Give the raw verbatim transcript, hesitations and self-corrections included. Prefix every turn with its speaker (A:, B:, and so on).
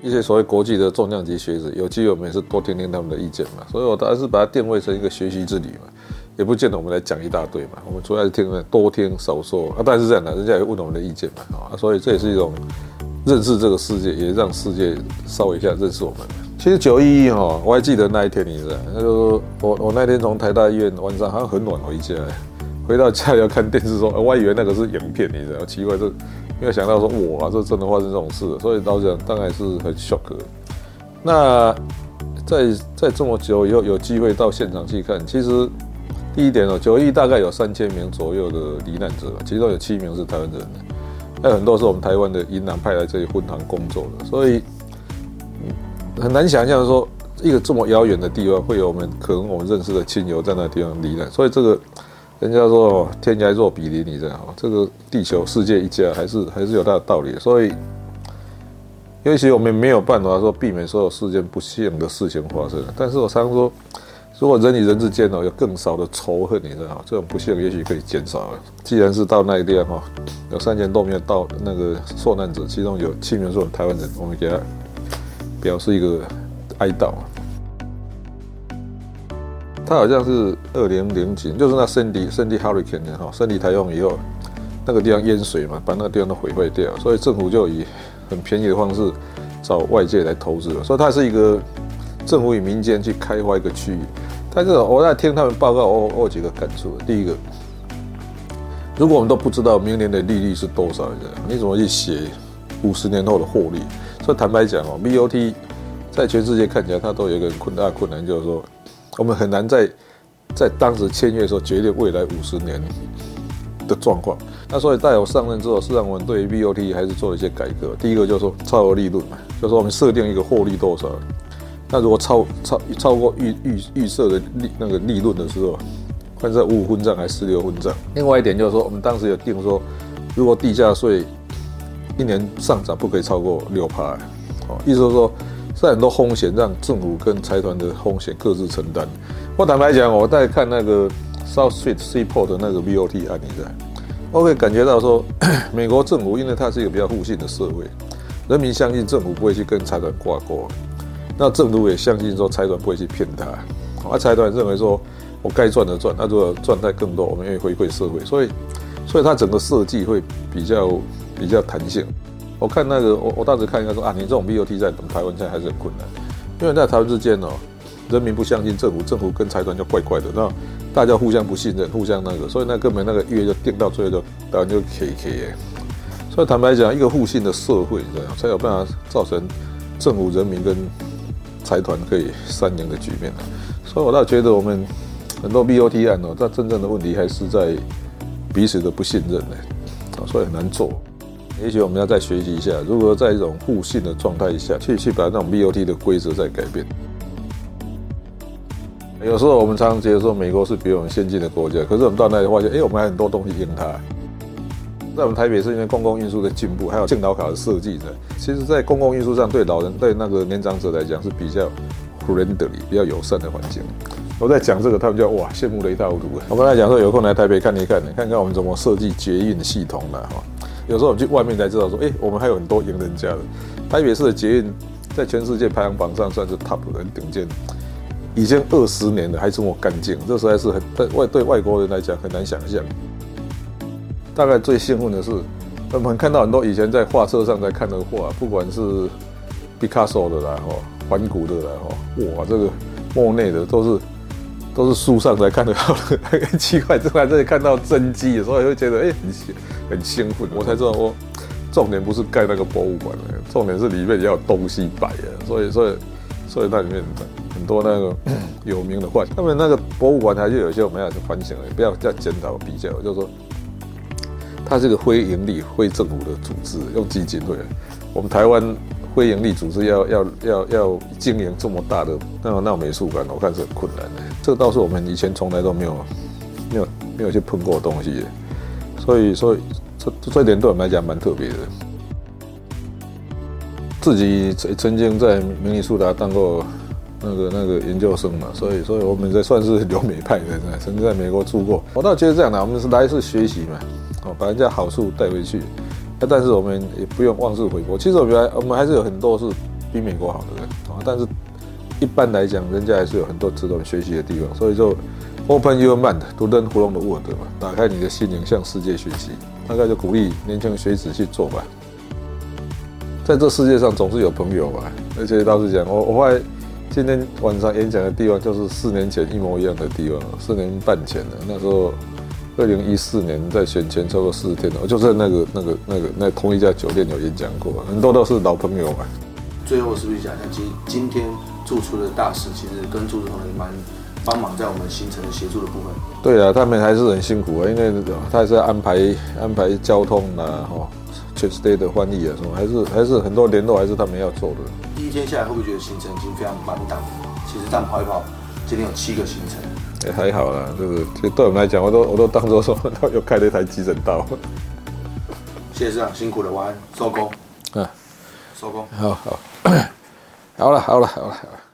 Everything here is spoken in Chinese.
A: 一些所谓国际的重量级学者，有机会我们也是多听听他们的意见嘛。所以我当然是把它定位成一个学习之旅嘛，也不见得我们来讲一大堆嘛。我们主要是听多听少说啊，当然是这样的，人家也问我们的意见嘛啊，所以这也是一种认识这个世界，也让世界稍微一下认识我们。其实九一一哈，我还记得那一天，你知道，那就我我那天从台大医院晚上好像很晚回家，回到家里要看电视说，我还以为那个是影片，你知道，奇怪这。没有想到说哇，这真的发生这种事了，所以老实讲当然是很 shock。那在在这么久以后有机会到现场去看，其实第一点哦，九一大概有三千名左右的罹难者，其中有七名是台湾人的，还有很多是我们台湾的银行派来这里分行工作的，所以很难想象说一个这么遥远的地方会有我们可能我们认识的亲友在那地方罹难，所以这个。人家说天涯若比邻，你知道吗？这个地球世界一家，还是还是有它的道理。所以，也许我们没有办法说避免所有事件不幸的事情发生，但是我常说，如果人与人之间哦有更少的仇恨，你知道吗？这种不幸也许可以减少了。既然是到那个地方哈，有三千多名到那个受难者，其中有七名是我们台湾人，我们给他表示一个哀悼。他好像是二零零几，就是那圣地圣地 Hurricane 哈，圣地台风以后，那个地方淹水嘛，把那个地方都毁坏掉，所以政府就以很便宜的方式找外界来投资了，所以它是一个政府与民间去开发一个区域。但是我在听他们报告，我我有几个感触。第一个，如果我们都不知道明年的利率是多少，你怎么去写五十年后的获利？所以坦白讲哦 ，B O T 在全世界看起来它都有一个很大的困难，就是说。我们很难在在当时签约的时候决定未来五十年的状况。那所以在我上任之后，事实上我们对于 B O T 还是做了一些改革。第一个就是说超额利润嘛，就是说我们设定一个获利多少，那如果超超超过预预预设的利那个利润的时候，看是五五分账还是十六分账。另外一点就是说，我们当时有定说，如果地价税一年上涨不可以超过六趴，哦，意思是说。在很多风险让政府跟财团的风险各自承担。我坦白讲，我在看那个 South Street Seaport 的那个 B O T 案例在，我可以感觉到说，美国政府因为它是一个比较互信的社会，人民相信政府不会去跟财团挂钩，那政府也相信说财团不会去骗他，而财团认为说我该赚的赚，那如果赚太更多，我们愿意回馈社会，所以所以它整个设计会比较比较弹性。我看那个，我我当时看一下说啊，你这种 B O T 在台湾现在还是很困难，因为在台湾之间哦，人民不相信政府，政府跟财团就怪怪的，那大家互相不信任，互相那个，所以那根本那个约就定到最后就当然就 K K。所以坦白讲，一个互信的社会，这样才有办法造成政府、人民跟财团可以三赢的局面。所以我倒觉得我们很多 B O T 案哦，它真正的问题还是在彼此的不信任呢，所以很难做。也许我们要再学习一下，如何在一种互信的状态下去去把那种 B O T 的规则再改变。有时候我们常常觉得说美国是比我们先进的国家，可是我们到那里发现，哎、欸，我们还有很多东西赢它。在我们台北是因为公共运输的进步，还有敬老卡的设计呢。其实，在公共运输上，对老人、对那个年长者来讲是比较 friendly、比较友善的环境。我在讲这个，他们就哇羡慕的一塌糊涂。我刚才讲说，有空来台北看一看，看看我们怎么设计捷运系统啦哈。有时候我们去外面才知道说，哎、欸，我们还有很多赢人家的。台北市的捷运在全世界排行榜上算是 top 很顶尖，已经二十年了还这么干净，这实在是很对外对外国人来讲很难想象。大概最兴奋的是，我们看到很多以前在画册上在看的画，不管是毕卡索的啦，吼，梵谷的啦，吼，哇，这个莫内的都是都是书上才看得到的，很奇怪，正在这里看到真迹的时候，也会觉得哎、欸、很很兴奋。我才知道我重点不是盖那个博物馆，重点是里面也要有东西摆啊，所以所以所以那里面很多那个有名的画，他们那个博物馆还是有些我们要去反省的，不要叫检讨比较，就是说。它是个非营利、非政府的组织，用基金会。我们台湾非营利组织要要要要经营这么大的那种那种美术馆，我看是很困难的。这倒是我们以前从来都没有没有没有去碰过的东西，所以所以这这点对我们来讲蛮特别的。自己曾经在明尼苏达当过那个那个研究生嘛，所以所以我们这算是留美派的，曾经在美国住过。我倒觉得这样的，我们是来自学习嘛。哦，把人家好处带回去，但是我们也不用妄自菲薄。其实我们还我们还是有很多是比美国好的人啊，但是一般来讲，人家还是有很多值得我们学习的地方，所以就 Open your mind to learn from the world 嘛，打开你的心灵，向世界学习。大概就鼓励年轻学子去做吧。在这世界上总是有朋友嘛，而且老实讲，我我后来今天晚上演讲的地方就是四年前一模一样的地方，四年半前了。那时候二零一四年在选前超过四十天了，我就在那个那个那个那同一家酒店有演讲过，很多都是老朋友嘛。
B: 最后是不是讲一下，其实今天驻处的大使其实跟朱志宏也蛮帮忙在我们行程的协助的部分。对
A: 啊，他们还是很辛苦啊，因为他还是要安排安排交通啊，哈 ，translate 的翻译啊什么，还是还是很多联络还是他们要做的。
B: 第一天下来会不会觉得行程已经非常满档？其实这样跑一跑，今天有七个行程。
A: 也、欸、还好啦，这个就对我们来讲，我都我都当作说又开了一台急诊道。
B: 谢谢市长辛苦了，晚安，收工。啊，收工。
A: 好好，好了好了好了好了。